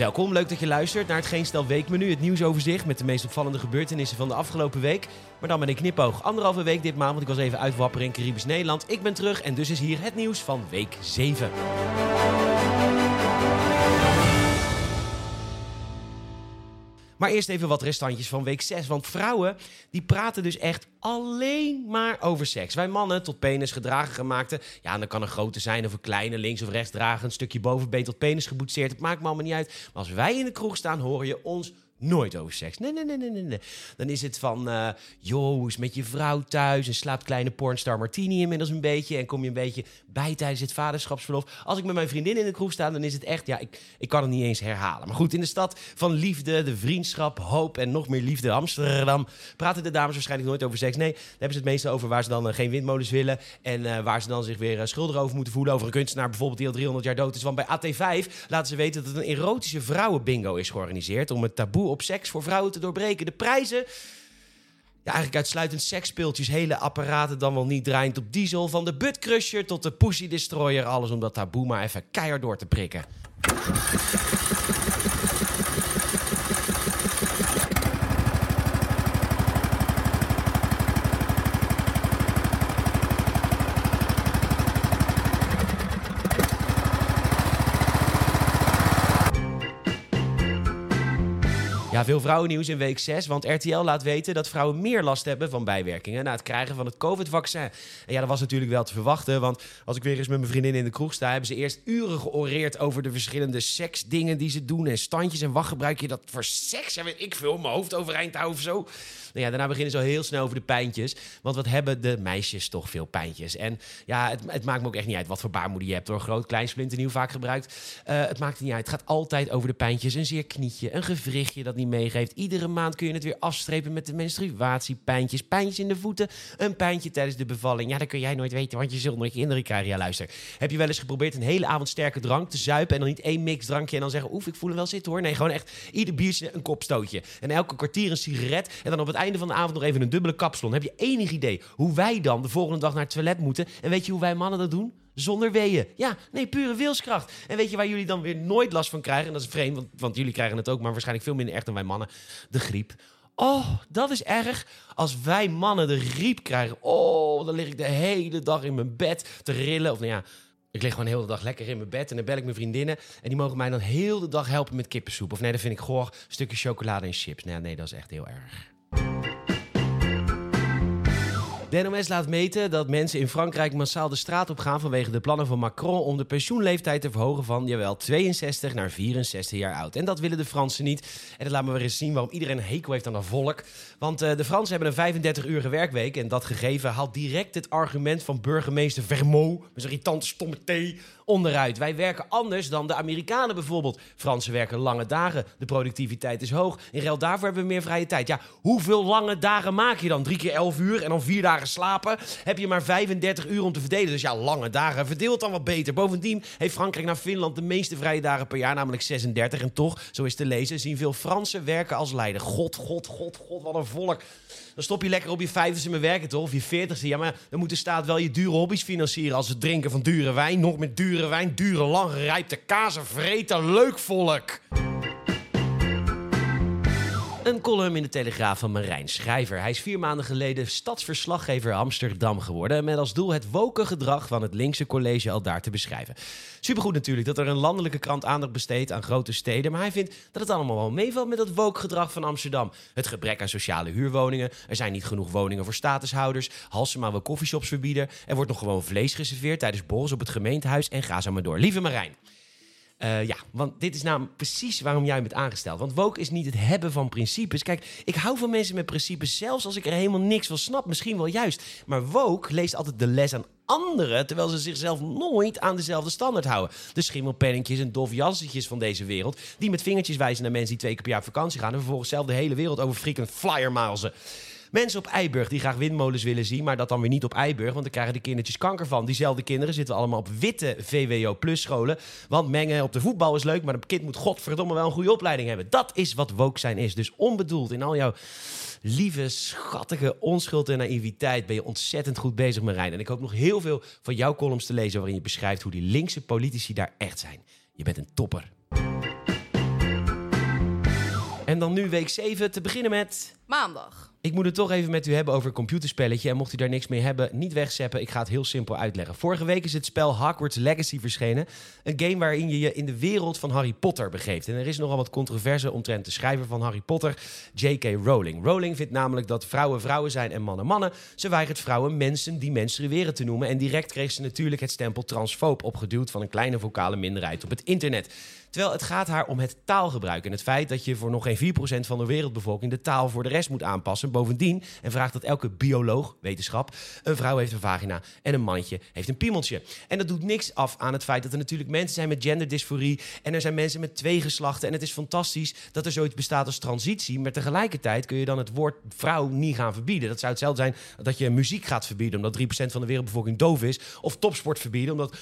Welkom, leuk dat je luistert naar het Geen Stel Weekmenu, het nieuwsoverzicht met de meest opvallende gebeurtenissen van de afgelopen week. Maar dan met een knipoog. 1,5 week dit maand, want ik was even uitwapperen in Caribisch Nederland. Ik ben terug en dus is hier het nieuws van week 7. Maar eerst even wat restantjes van week 6. Want vrouwen, die praten dus echt alleen maar over seks. Wij mannen, tot penis gedragen gemaakte. Ja, en dan kan een grote zijn of een kleine, links of rechts dragen. Een stukje bovenbeen tot penis geboetseerd. Het maakt me allemaal niet uit. Maar als wij in de kroeg staan, hoor je ons nooit over seks. Nee. Dan is het van, joh, hoe is het met je vrouw thuis? En slaapt kleine pornstar Martini inmiddels een beetje? En kom je een beetje bij tijdens het vaderschapsverlof? Als ik met mijn vriendin in de kroeg sta, dan is het echt, ja, ik kan het niet eens herhalen. Maar goed, in de stad van liefde, de vriendschap, hoop en nog meer liefde, Amsterdam, praten de dames waarschijnlijk nooit over seks. Nee, daar hebben ze het meestal over waar ze dan geen windmolens willen. En waar ze dan zich weer schuldig over moeten voelen. Over een kunstenaar bijvoorbeeld die al 300 jaar dood is. Want bij AT5 laten ze weten dat het een erotische vrouwenbingo is georganiseerd om het taboe op seks voor vrouwen te doorbreken. De prijzen, ja, eigenlijk uitsluitend seksspeeltjes, hele apparaten dan wel niet draaiend op diesel. Van de Butt Crusher tot de Pussy Destroyer. Alles om dat taboe maar even keihard door te prikken. Ja, veel vrouwennieuws in week 6, want RTL laat weten dat vrouwen meer last hebben van bijwerkingen na het krijgen van het COVID-vaccin. En ja, dat was natuurlijk wel te verwachten, want als ik weer eens met mijn vriendin in de kroeg sta, hebben ze eerst uren georeerd over de verschillende seksdingen die ze doen en standjes en wat gebruik je dat voor seks? Ja, weet ik veel, mijn hoofd overeind houden of zo. Nou ja, daarna beginnen ze al heel snel over de pijntjes, want wat hebben de meisjes toch veel pijntjes. En ja, het maakt me ook echt niet uit wat voor baarmoeder je hebt hoor, groot, klein, splinternieuw, vaak gebruikt. Het maakt niet uit, het gaat altijd over de pijntjes, een zeer knietje, een gewrichtje dat niet meegeeft. Iedere maand kun je het weer afstrepen met de menstruatiepijntjes, pijntjes in de voeten, een pijntje tijdens de bevalling. Ja, dat kun jij nooit weten, want je zult nooit kinderen krijgen. Ja, luister. Heb je wel eens geprobeerd een hele avond sterke drank te zuipen en dan niet één mixdrankje en dan zeggen, oef, ik voel hem wel zitten hoor. Nee, gewoon echt ieder biertje een kopstootje. En elke kwartier een sigaret en dan op het einde van de avond nog even een dubbele kapsalon. Heb je enig idee hoe wij dan de volgende dag naar het toilet moeten? En weet je hoe wij mannen dat doen? Zonder weeën. Ja, nee, pure wilskracht. En weet je waar jullie dan weer nooit last van krijgen? En dat is vreemd, want jullie krijgen het ook, maar waarschijnlijk veel minder echt dan wij mannen. De griep. Oh, dat is erg. Als wij mannen de griep krijgen, oh, dan lig ik de hele dag in mijn bed te rillen. Of nou ja, ik lig gewoon de hele dag lekker in mijn bed en dan bel ik mijn vriendinnen. En die mogen mij dan heel de dag helpen met kippensoep. Of nee, dat vind ik goor, een stukje chocolade en chips. Nee, dat is echt heel erg. De NOS laat meten dat mensen in Frankrijk massaal de straat op gaan vanwege de plannen van Macron om de pensioenleeftijd te verhogen van, jawel, 62 naar 64 jaar oud. En dat willen de Fransen niet. En dat laat me weer eens zien waarom iedereen een hekel heeft aan dat volk. Want de Fransen hebben een 35-urige werkweek en dat gegeven haalt direct het argument van burgemeester Vermont, met zijn irritante stomme thee, onderuit. Wij werken anders dan de Amerikanen bijvoorbeeld. Fransen werken lange dagen, de productiviteit is hoog. In ruil daarvoor hebben we meer vrije tijd. Ja, hoeveel lange dagen maak je dan? 3 keer 11 uur en dan 4 dagen slapen? Heb je maar 35 uur om te verdelen. Dus ja, lange dagen. Verdeel het dan wat beter. Bovendien heeft Frankrijk na Finland de meeste vrije dagen per jaar, namelijk 36. En toch, zo is te lezen, zien veel Fransen werken als leider. God, wat een volk. Dan stop je lekker op je 50ste met werken, toch? Of je 40ste. Ja, maar dan moet de staat wel je dure hobby's financieren, als het drinken van dure wijn. Nog met dure wijn, dure lang gerijpte kazen, vreten, leuk volk. Een column in de Telegraaf van Marijn Schrijver. Hij is 4 maanden geleden stadsverslaggever Amsterdam geworden, met als doel het woke gedrag van het linkse college al daar te beschrijven. Supergoed natuurlijk dat er een landelijke krant aandacht besteedt aan grote steden, maar hij vindt dat het allemaal wel meevalt met dat woke gedrag van Amsterdam. Het gebrek aan sociale huurwoningen, er zijn niet genoeg woningen voor statushouders, Halsema wil coffeeshops verbieden, er wordt nog gewoon vlees geserveerd tijdens borrels op het gemeentehuis en ga zo maar door. Lieve Marijn. Ja, want dit is nou precies waarom jij bent aangesteld. Want woke is niet het hebben van principes. Kijk, ik hou van mensen met principes, zelfs als ik er helemaal niks van snap. Misschien wel juist. Maar woke leest altijd de les aan anderen, terwijl ze zichzelf nooit aan dezelfde standaard houden. De schimmelpennetjes en dofjassentjes van deze wereld, die met vingertjes wijzen naar mensen die 2 keer per jaar op vakantie gaan en vervolgens zelf de hele wereld over freaking flyermaalzen. Mensen op Eiburg die graag windmolens willen zien, maar dat dan weer niet op Eiburg, want dan krijgen de kindertjes kanker van. Diezelfde kinderen zitten allemaal op witte VWO-plus scholen. Want mengen op de voetbal is leuk, maar een kind moet godverdomme wel een goede opleiding hebben. Dat is wat woke zijn is. Dus onbedoeld in al jouw lieve, schattige onschuld en naïviteit ben je ontzettend goed bezig, Marijn. En ik hoop nog heel veel van jouw columns te lezen waarin je beschrijft hoe die linkse politici daar echt zijn. Je bent een topper. En dan nu week 7, te beginnen met... Maandag. Ik moet het toch even met u hebben over een computerspelletje. En mocht u daar niks mee hebben, niet wegzeppen. Ik ga het heel simpel uitleggen. Vorige week is het spel Hogwarts Legacy verschenen. Een game waarin je je in de wereld van Harry Potter begeeft. En er is nogal wat controverse omtrent de schrijver van Harry Potter, J.K. Rowling. Rowling vindt namelijk dat vrouwen vrouwen zijn en mannen mannen. Ze weigert vrouwen mensen die menstrueren te noemen. En direct kreeg ze natuurlijk het stempel transfoob opgeduwd van een kleine vocale minderheid op het internet. Terwijl het gaat haar om het taalgebruik en het feit dat je voor nog geen 4% van de wereldbevolking de taal voor de rest moet aanpassen. Bovendien, en vraagt dat elke bioloog, wetenschap, een vrouw heeft een vagina en een mannetje heeft een piemeltje. En dat doet niks af aan het feit dat er natuurlijk mensen zijn met genderdysforie en er zijn mensen met 2 geslachten. En het is fantastisch dat er zoiets bestaat als transitie, maar tegelijkertijd kun je dan het woord vrouw niet gaan verbieden. Dat zou hetzelfde zijn dat je muziek gaat verbieden omdat 3% van de wereldbevolking doof is, of topsport verbieden omdat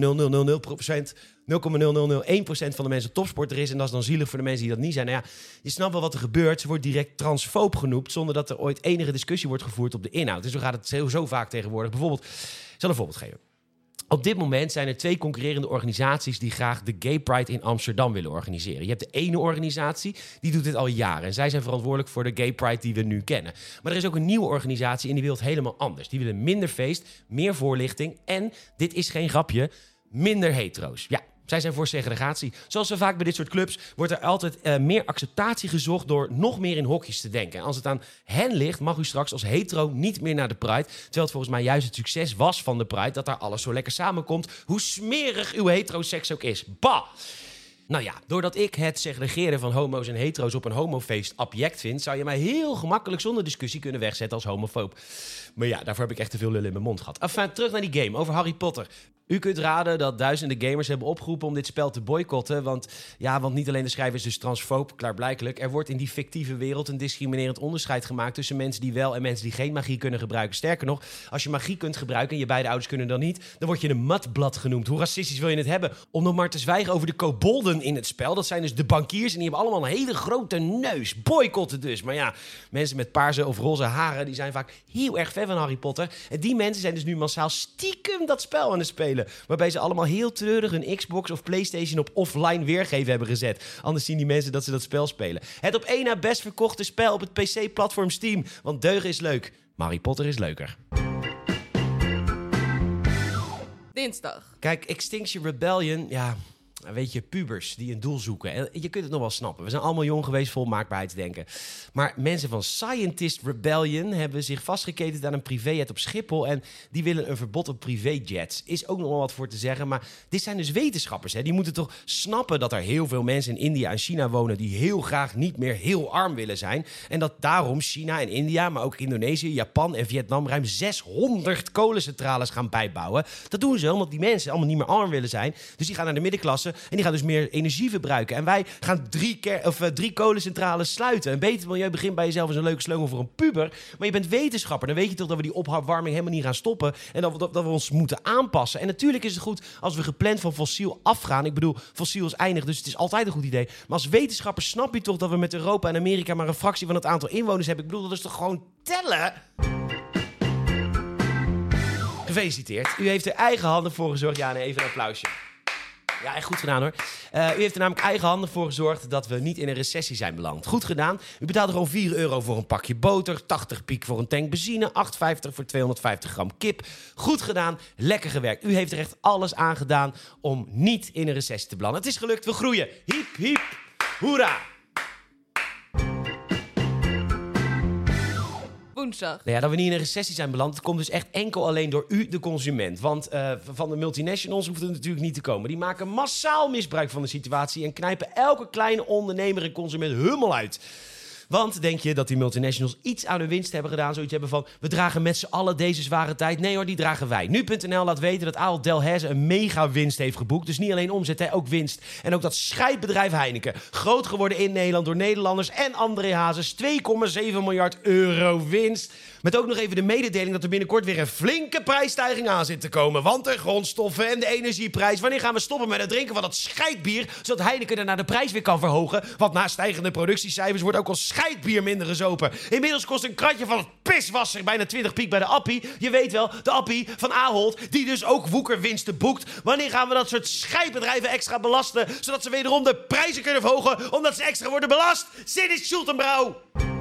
0,0001% van de mensen topsporter is en dat is dan zielig voor de mensen die dat niet zijn. Nou ja, je snapt wel wat er gebeurt. Ze wordt direct transfoob genoemd zonder dat er ooit enige discussie wordt gevoerd op de inhoud. En zo gaat het zo vaak tegenwoordig. Bijvoorbeeld, ik zal een voorbeeld geven. Op dit moment zijn er 2 concurrerende organisaties die graag de Gay Pride in Amsterdam willen organiseren. Je hebt de ene organisatie, die doet dit al jaren. En zij zijn verantwoordelijk voor de Gay Pride die we nu kennen. Maar er is ook een nieuwe organisatie en die wil het helemaal anders. Die willen minder feest, meer voorlichting en, dit is geen grapje, minder hetero's. Ja. Zij zijn voor segregatie. Zoals zo vaak bij dit soort clubs wordt er altijd meer acceptatie gezocht door nog meer in hokjes te denken. En als het aan hen ligt, mag u straks als hetero niet meer naar de Pride. Terwijl het volgens mij juist het succes was van de Pride, dat daar alles zo lekker samenkomt. Hoe smerig uw heteroseks ook is. Bah! Nou ja, doordat ik het segregeren van homo's en hetero's op een homofeest abject vind, zou je mij heel gemakkelijk zonder discussie kunnen wegzetten als homofoob. Maar ja, daarvoor heb ik echt te veel lullen in mijn mond gehad. Enfin, terug naar die game over Harry Potter. U kunt raden dat duizenden gamers hebben opgeroepen om dit spel te boycotten. Want niet alleen de schrijver is dus transfoob, klaarblijkelijk. Er wordt in die fictieve wereld een discriminerend onderscheid gemaakt tussen mensen die wel en mensen die geen magie kunnen gebruiken. Sterker nog, als je magie kunt gebruiken en je beide ouders kunnen dan niet, dan word je een matblad genoemd. Hoe racistisch wil je het hebben? Om nog maar te zwijgen over de kobolden in het spel. Dat zijn dus de bankiers en die hebben allemaal een hele grote neus. Boycotten dus. Maar ja, mensen met paarse of roze haren, die zijn vaak heel erg fan van Harry Potter. En die mensen zijn dus nu massaal stiekem dat spel aan het spelen. Waarbij ze allemaal heel treurig een Xbox of PlayStation op offline weergeven hebben gezet. Anders zien die mensen dat ze dat spel spelen. Het op 1 na best verkochte spel op het PC-platform Steam. Want deugen is leuk, maar Harry Potter is leuker. Dinsdag. Kijk, Extinction Rebellion, ja, weet je, pubers die een doel zoeken. En je kunt het nog wel snappen. We zijn allemaal jong geweest vol maakbaarheidsdenken. Maar mensen van Scientist Rebellion hebben zich vastgeketend aan een privéjet op Schiphol. En die willen een verbod op privéjets. Is ook nog wel wat voor te zeggen. Maar dit zijn dus wetenschappers. Hè? Die moeten toch snappen dat er heel veel mensen in India en China wonen die heel graag niet meer heel arm willen zijn. En dat daarom China en India, maar ook Indonesië, Japan en Vietnam ruim 600 kolencentrales gaan bijbouwen. Dat doen ze omdat die mensen allemaal niet meer arm willen zijn. Dus die gaan naar de middenklasse. En die gaan dus meer energie verbruiken. En wij gaan 3 kolencentrales sluiten. Een beter milieu begint bij jezelf is een leuke slogan voor een puber. Maar je bent wetenschapper. Dan weet je toch dat we die opwarming helemaal niet gaan stoppen. En dat we ons moeten aanpassen. En natuurlijk is het goed als we gepland van fossiel afgaan. Ik bedoel, fossiel is eindig, dus het is altijd een goed idee. Maar als wetenschapper snap je toch dat we met Europa en Amerika maar een fractie van het aantal inwoners hebben. Ik bedoel, dat is toch gewoon tellen? Gefeliciteerd. U heeft er eigen handen voor gezorgd. Ja, nee, even een applausje. Ja, echt goed gedaan hoor. U heeft er namelijk eigen handen voor gezorgd dat we niet in een recessie zijn beland. Goed gedaan. U betaalde gewoon €4 voor een pakje boter, 80 piek voor een tank benzine, 8,50 voor 250 gram kip. Goed gedaan, lekker gewerkt. U heeft er echt alles aan gedaan om niet in een recessie te belanden. Het is gelukt, we groeien. Hiep, hiep, hoera! Woensdag. Nou ja, dat we niet in een recessie zijn beland, dat komt dus echt enkel alleen door u, de consument. Want van de multinationals hoeft het natuurlijk niet te komen. Die maken massaal misbruik van de situatie en knijpen elke kleine ondernemer en consument helemaal uit. Want denk je dat die multinationals iets aan hun winst hebben gedaan? Zoiets hebben van, we dragen met z'n allen deze zware tijd. Nee hoor, die dragen wij. Nu.nl laat weten dat Ahold Delhaize een mega winst heeft geboekt. Dus niet alleen omzet, hè, ook winst. En ook dat scheidbedrijf Heineken. Groot geworden in Nederland door Nederlanders en André Hazes. €2,7 miljard winst. Met ook nog even de mededeling dat er binnenkort weer een flinke prijsstijging aan zit te komen. Want de grondstoffen en de energieprijs. Wanneer gaan we stoppen met het drinken van dat scheidbier, zodat Heineken daarna de prijs weer kan verhogen? Want na stijgende productiecijfers wordt ook al scheidbier minder gezopen. Inmiddels kost een kratje van het piswasser bijna 20 piek bij de Appie. Je weet wel, de Appie van Ahold, die dus ook woekerwinsten boekt. Wanneer gaan we dat soort scheidbedrijven extra belasten, zodat ze wederom de prijzen kunnen verhogen, omdat ze extra worden belast? Zit is Schultenbrouw!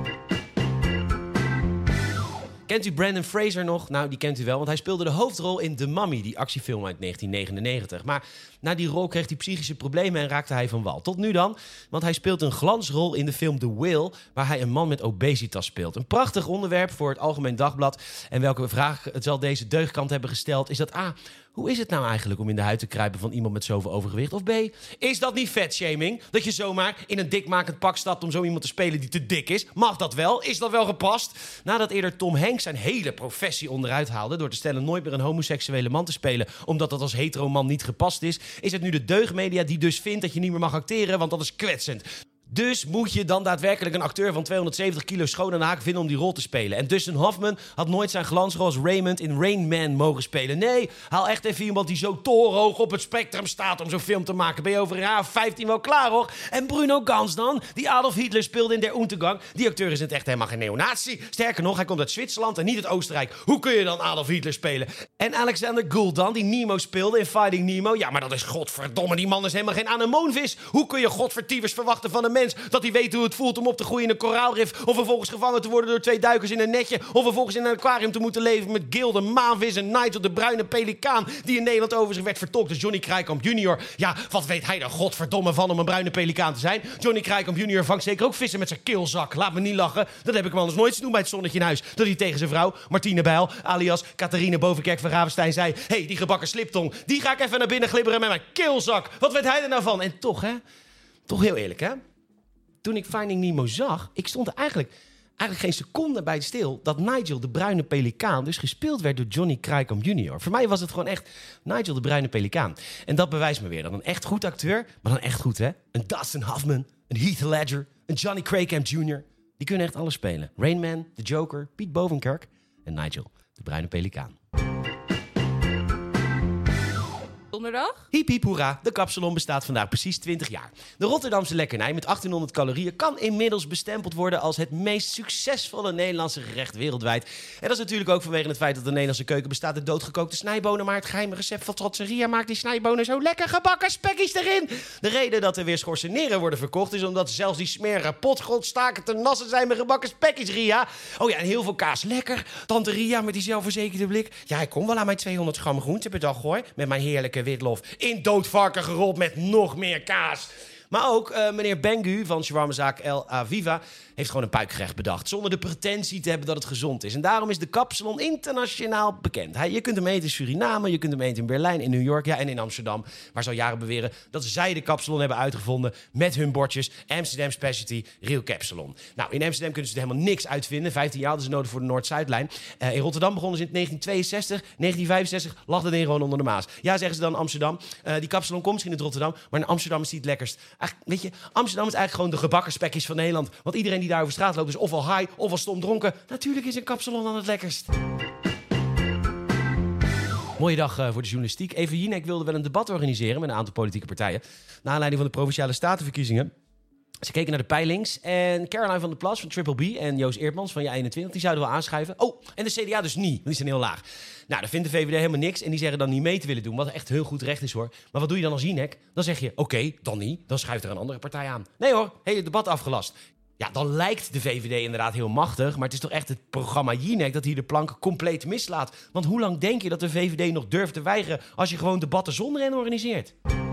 Kent u Brendan Fraser nog? Nou, die kent u wel, want hij speelde de hoofdrol in The Mummy, die actiefilm uit 1999. Maar na die rol kreeg hij psychische problemen en raakte hij van wal. Tot nu dan, want hij speelt een glansrol in de film The Whale, waar hij een man met obesitas speelt. Een prachtig onderwerp voor het Algemeen Dagblad. En welke vraag het zal deze deugdkant hebben gesteld, is dat A, hoe is het nou eigenlijk om in de huid te kruipen van iemand met zoveel overgewicht? Of B, is dat niet vetshaming? Dat je zomaar in een dikmakend pak stapt om zo iemand te spelen die te dik is? Mag dat wel? Is dat wel gepast? Nadat eerder Tom Hanks zijn hele professie onderuit haalde door te stellen nooit meer een homoseksuele man te spelen, omdat dat als hetero man niet gepast is het nu de deugdmedia die dus vindt dat je niet meer mag acteren, want dat is kwetsend. Dus moet je dan daadwerkelijk een acteur van 270 kilo schoon aan de haak vinden om die rol te spelen. En Dustin Hoffman had nooit zijn glansrol als Raymond in Rain Man mogen spelen. Nee, haal echt even iemand die zo torenhoog op het spectrum staat om zo'n film te maken. Ben je over een jaar of 15 wel klaar, hoor. En Bruno Ganz dan, die Adolf Hitler speelde in Der Untergang. Die acteur is in het echt helemaal geen neonazi. Sterker nog, hij komt uit Zwitserland en niet uit Oostenrijk. Hoe kun je dan Adolf Hitler spelen? En Alexander Gould dan, die Nemo speelde in Finding Nemo. Ja, maar dat is godverdomme, die man is helemaal geen anemoonvis. Hoe kun je godvertievers verwachten van een mens dat hij weet hoe het voelt om op te groeien in een koraalrif, of vervolgens gevangen te worden door 2 duikers in een netje, of vervolgens in een aquarium te moeten leven met Gil de maanvis en Nigel de bruine pelikaan, die in Nederland overigens werd vertolkt als Johnny Krijkamp Jr. Ja, wat weet hij er godverdomme van om een bruine pelikaan te zijn? Johnny Krijkamp Jr. vangt zeker ook vissen met zijn keelzak. Laat me niet lachen. Dat heb ik hem anders nooit zien doen bij het zonnetje in huis. Dat hij tegen zijn vrouw, Martine Bijl, alias Catharine Bovenkerk van Ravenstein, zei: hey, die gebakken sliptong, die ga ik even naar binnen glibberen met mijn keelzak. Wat weet hij er nou van? En toch, hè? Toch heel eerlijk, hè? Toen ik Finding Nemo zag, ik stond er eigenlijk geen seconde bij stil dat Nigel de bruine pelikaan dus gespeeld werd door Johnny Krijkamp Jr. Voor mij was het gewoon echt Nigel de bruine pelikaan. En dat bewijst me weer dat een echt goed acteur, maar dan echt goed, hè? Een Dustin Hoffman, een Heath Ledger, een Johnny Krijkamp Jr. Die kunnen echt alles spelen. Rain Man, The Joker, Piet Bovenkerk en Nigel de bruine pelikaan. Donderdag? Hiep hiep hoera, de kapsalon bestaat vandaag precies 20 jaar. De Rotterdamse lekkernij met 1800 calorieën kan inmiddels bestempeld worden als het meest succesvolle Nederlandse gerecht wereldwijd. En dat is natuurlijk ook vanwege het feit dat de Nederlandse keuken bestaat uit doodgekookte snijbonen, maar het geheime recept van Trotseria maakt die snijbonen zo lekker gebakken spekkies erin. De reden dat er weer schorseneren worden verkocht is omdat zelfs die smerige potgrondstaken te nassen zijn met gebakken spekkies, Ria. Oh ja, en heel veel kaas. Lekker. Tante Ria met die zelfverzekerde blik. Ja, ik kom wel aan mijn 200 gram groente per dag, hoor. Met mijn heerlijke witlof. In doodvarken gerold met nog meer kaas. Maar ook meneer Bengu van shawarmazaak El Aviva heeft gewoon een puikgerecht bedacht, zonder de pretentie te hebben dat het gezond is. En daarom is de kapsalon internationaal bekend. Je kunt hem eten in Suriname, je kunt hem eten in Berlijn, in New York, ja, en in Amsterdam. Maar ze al jaren beweren dat zij de kapsalon hebben uitgevonden met hun bordjes Amsterdam Specialty Real Capsalon. Nou, in Amsterdam kunnen ze er helemaal niks uitvinden. 15 jaar hadden ze nodig voor de Noord-Zuidlijn. In Rotterdam begonnen ze in 1962. 1965 lag dat ding gewoon onder de Maas. Ja, zeggen ze dan Amsterdam. Die kapsalon komt misschien uit Rotterdam, maar in Amsterdam is die het lekkerst. Weet je, Amsterdam is eigenlijk gewoon de gebakken spekjes van Nederland. Want iedereen die daar over straat loopt is ofwel high ofwel stom dronken. Natuurlijk is een kapsalon dan het lekkerst. Mooie dag voor de journalistiek. Eva Jinek wilde wel een debat organiseren met een aantal politieke partijen. Naar aanleiding van de Provinciale Statenverkiezingen. Ze keken naar de peilings en Caroline van der Plas van Triple B en Joost Eertmans van JA21, die zouden wel aanschuiven. Oh, en de CDA dus niet, want die zijn heel laag. Nou, daar vindt de VVD helemaal niks en die zeggen dan niet mee te willen doen, wat echt heel goed recht is, hoor. Maar wat doe je dan als Jinek? Dan zeg je, oké, dan niet, dan schuift er een andere partij aan. Nee hoor, hele debat afgelast. Ja, dan lijkt de VVD inderdaad heel machtig, maar het is toch echt het programma Jinek dat hier de planken compleet mislaat. Want hoe lang denk je dat de VVD nog durft te weigeren als je gewoon debatten zonder hen organiseert?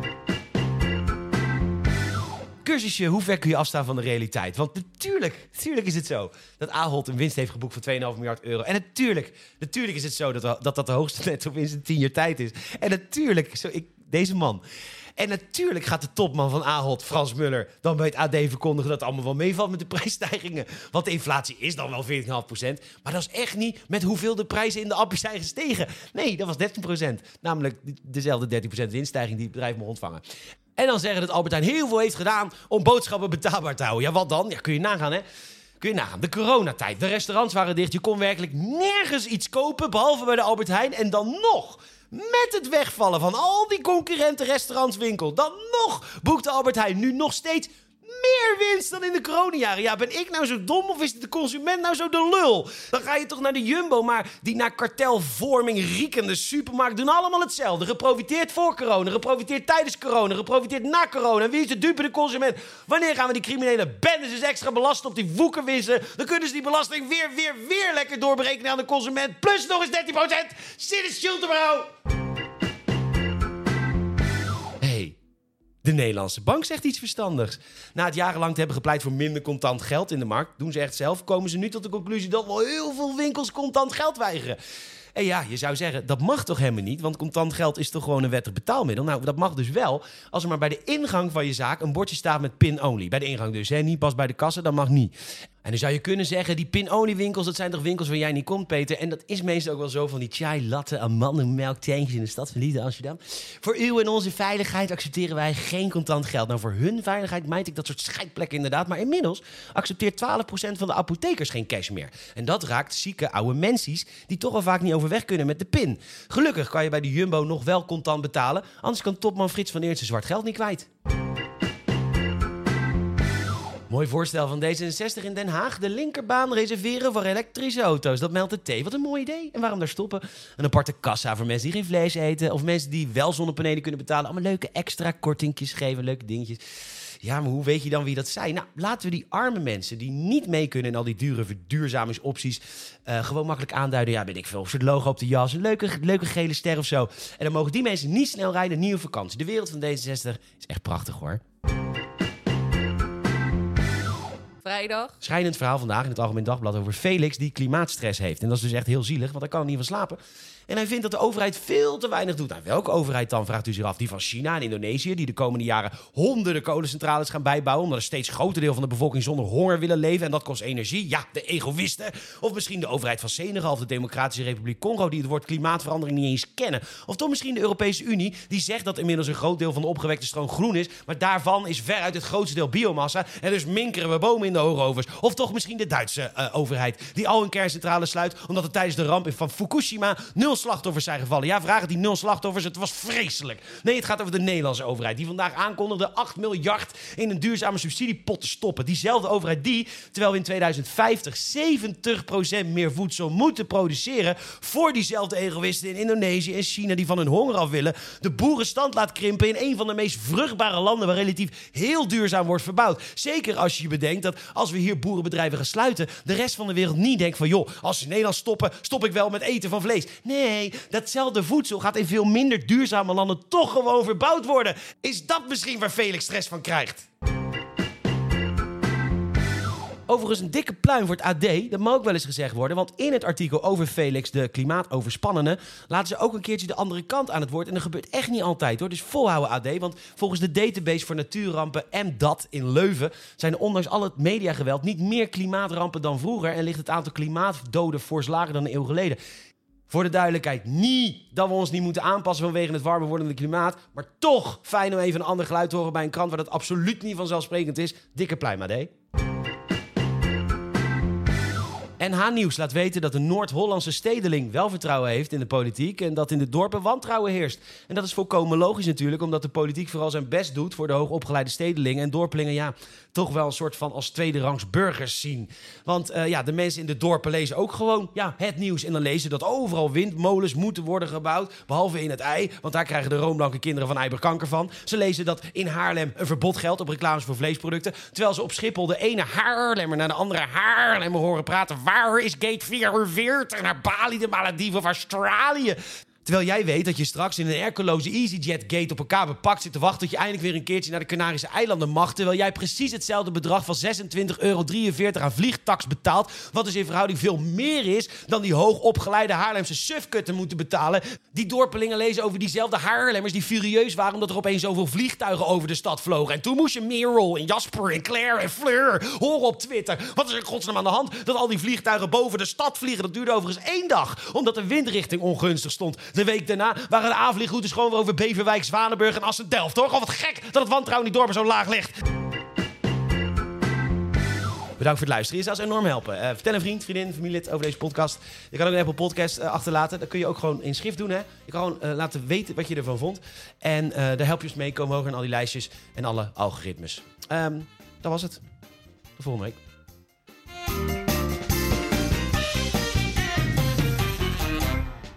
Cursusje, hoe ver kun je afstaan van de realiteit? Want natuurlijk is het zo dat Ahold een winst heeft geboekt van 2,5 miljard euro. En natuurlijk is het zo dat de hoogste netto winst in 10 jaar tijd is. En natuurlijk, deze man. En natuurlijk gaat de topman van Ahold, Frans Muller, dan bij het AD verkondigen dat het allemaal wel meevalt met de prijsstijgingen. Want de inflatie is dan wel 14,5%. Maar dat is echt niet met hoeveel de prijzen in de appie zijn gestegen. Nee, dat was 13%. Namelijk dezelfde 13% winststijging die het bedrijf mocht ontvangen. En dan zeggen dat Albert Heijn heel veel heeft gedaan om boodschappen betaalbaar te houden. Ja, wat dan? Ja, kun je nagaan, hè? Kun je nagaan, de coronatijd. De restaurants waren dicht. Je kon werkelijk nergens iets kopen, behalve bij de Albert Heijn. En dan nog, met het wegvallen van al die concurrenten restaurantswinkel, dan nog boekt de Albert Heijn nu nog steeds meer winst dan in de coronajaren. Ja, ben ik nou zo dom of is de consument nou zo de lul? Dan ga je toch naar de Jumbo, maar die naar kartelvorming riekende supermarkt doen allemaal hetzelfde. Geprofiteerd voor corona, geprofiteerd tijdens corona, geprofiteerd na corona. En wie is de dupe? De consument. Wanneer gaan we die criminele bendes eens extra belasten op die woekerwinsten? Dan kunnen ze die belasting weer lekker doorberekenen aan de consument. Plus nog eens 13%. Zit het Schulterbrouw. De Nederlandse Bank zegt iets verstandigs. Na het jarenlang te hebben gepleit voor minder contant geld in de markt, doen ze echt zelf, komen ze nu tot de conclusie dat wel heel veel winkels contant geld weigeren. En ja, je zou zeggen, dat mag toch helemaal niet, want contant geld is toch gewoon een wettig betaalmiddel. Nou, dat mag dus wel, als er maar bij de ingang van je zaak een bordje staat met pin-only. Bij de ingang dus, hè? Niet pas bij de kassa, dat mag niet. En dan zou je kunnen zeggen, die pin-only winkels, dat zijn toch winkels waar jij niet komt, Peter? En dat is meestal ook wel zo van die chai, latte, amandelmelk, tentjes in de stad van Lieden, Amsterdam. Voor uw en onze veiligheid accepteren wij geen contant geld. Nou, voor hun veiligheid meid ik dat soort scheidplekken inderdaad. Maar inmiddels accepteert 12% van de apothekers geen cash meer. En dat raakt zieke oude mensies die toch al vaak niet overweg kunnen met de pin. Gelukkig kan je bij de Jumbo nog wel contant betalen, anders kan topman Frits van Eert zijn zwart geld niet kwijt. Mooi voorstel van D66 in Den Haag. De linkerbaan reserveren voor elektrische auto's. Dat meldt het T. Wat een mooi idee. En waarom daar stoppen? Een aparte kassa voor mensen die geen vlees eten. Of mensen die wel zonnepanelen kunnen betalen. Allemaal leuke extra kortingjes geven. Leuke dingetjes. Ja, maar hoe weet je dan wie dat zijn? Nou, laten we die arme mensen die niet mee kunnen in al die dure verduurzamingsopties gewoon makkelijk aanduiden. Ja, weet ik veel. Of het logo op de jas. Een leuke gele ster of zo. En dan mogen die mensen niet snel rijden. Nieuwe vakantie. De wereld van D66 is echt prachtig hoor. Vrijdag. Schrijnend verhaal vandaag in het Algemeen Dagblad over Felix die klimaatstress heeft. En dat is dus echt heel zielig, want hij kan er niet van slapen. En hij vindt dat de overheid veel te weinig doet. Nou, welke overheid dan, vraagt u zich af. Die van China en Indonesië, die de komende jaren honderden kolencentrales gaan bijbouwen, omdat een steeds groter deel van de bevolking zonder honger willen leven. En dat kost energie. Ja, de egoïsten. Of misschien de overheid van Senegal of de Democratische Republiek Congo, die het woord klimaatverandering niet eens kennen. Of toch misschien de Europese Unie, die zegt dat inmiddels een groot deel van de opgewekte stroom groen is, maar daarvan is veruit het grootste deel biomassa. En dus minkeren we bomen in de hoogovens. Of toch misschien de Duitse overheid, die al hun kerncentrales sluit, omdat er tijdens de ramp van Fukushima 0 slachtoffers zijn gevallen. Ja, vragen die 0 slachtoffers, het was vreselijk. Nee, het gaat over de Nederlandse overheid, die vandaag aankondigde 8 miljard in een duurzame subsidiepot te stoppen. Diezelfde overheid die, terwijl we in 2050 70% meer voedsel moeten produceren voor diezelfde egoïsten in Indonesië en China die van hun honger af willen, de boerenstand laat krimpen in een van de meest vruchtbare landen waar relatief heel duurzaam wordt verbouwd. Zeker als je je bedenkt dat als we hier boerenbedrijven gaan sluiten, de rest van de wereld niet denkt van joh, als ze in Nederland stoppen, stop ik wel met eten van vlees. Nee, datzelfde voedsel gaat in veel minder duurzame landen toch gewoon verbouwd worden. Is dat misschien waar Felix stress van krijgt? Overigens een dikke pluim voor het AD, dat mag ook wel eens gezegd worden, want in het artikel over Felix, de klimaatoverspannene, laten ze ook een keertje de andere kant aan het woord. En dat gebeurt echt niet altijd hoor, dus volhouden AD, want volgens de database voor natuurrampen MDAT in Leuven zijn er ondanks al het mediageweld niet meer klimaatrampen dan vroeger en ligt het aantal klimaatdoden fors lager dan een eeuw geleden. Voor de duidelijkheid, niet dat we ons niet moeten aanpassen vanwege het warmer wordende klimaat, maar toch fijn om even een ander geluid te horen bij een krant waar dat absoluut niet vanzelfsprekend is. Dikke pluim AD. NH Nieuws laat weten dat de Noord-Hollandse stedeling wel vertrouwen heeft in de politiek en dat in de dorpen wantrouwen heerst. En dat is volkomen logisch natuurlijk, omdat de politiek vooral zijn best doet voor de hoogopgeleide stedelingen en dorpelingen, ja, toch wel een soort van als tweederangs burgers zien. Want de mensen in de dorpen lezen ook gewoon het nieuws en dan lezen dat overal windmolens moeten worden gebouwd, behalve in het ei, want daar krijgen de roomblanke kinderen van Eiber kanker van. Ze lezen dat in Haarlem een verbod geldt op reclames voor vleesproducten, terwijl ze op Schiphol de ene Haarlemmer naar de andere Haarlemmer horen praten. Waar is gate 44 naar Bali, de Malediven of Australië? Terwijl jij weet dat je straks in een aircoloze EasyJet gate op elkaar bepakt zit te wachten tot je eindelijk weer een keertje naar de Canarische eilanden mag. Terwijl jij precies hetzelfde bedrag van €26,43 aan vliegtax betaalt. Wat dus in verhouding veel meer is dan die hoogopgeleide Haarlemse sufkutten moeten betalen. Die dorpelingen lezen over diezelfde Haarlemmers die furieus waren omdat er opeens zoveel vliegtuigen over de stad vlogen. En toen moest je Merel en Jasper en Claire en Fleur horen op Twitter. Wat is er in godsnaam aan de hand dat al die vliegtuigen boven de stad vliegen? Dat duurde overigens 1 dag, omdat de windrichting ongunstig stond. De week daarna waren de aanvliegroutes gewoon weer over Beverwijk, Zwanenburg en Assen-Delft, hoor. Gewoon wat gek dat het wantrouwen in die dorpen zo laag ligt. Bedankt voor het luisteren. Je zou ons enorm helpen. Vertel een vriend, vriendin, familielid over deze podcast. Je kan ook een Apple Podcast achterlaten. Dat kun je ook gewoon in schrift doen. Hè? Je kan gewoon laten weten wat je ervan vond. En daar help je ons mee. Komen hoger in al die lijstjes en alle algoritmes. Dat was het. Tot volgende week.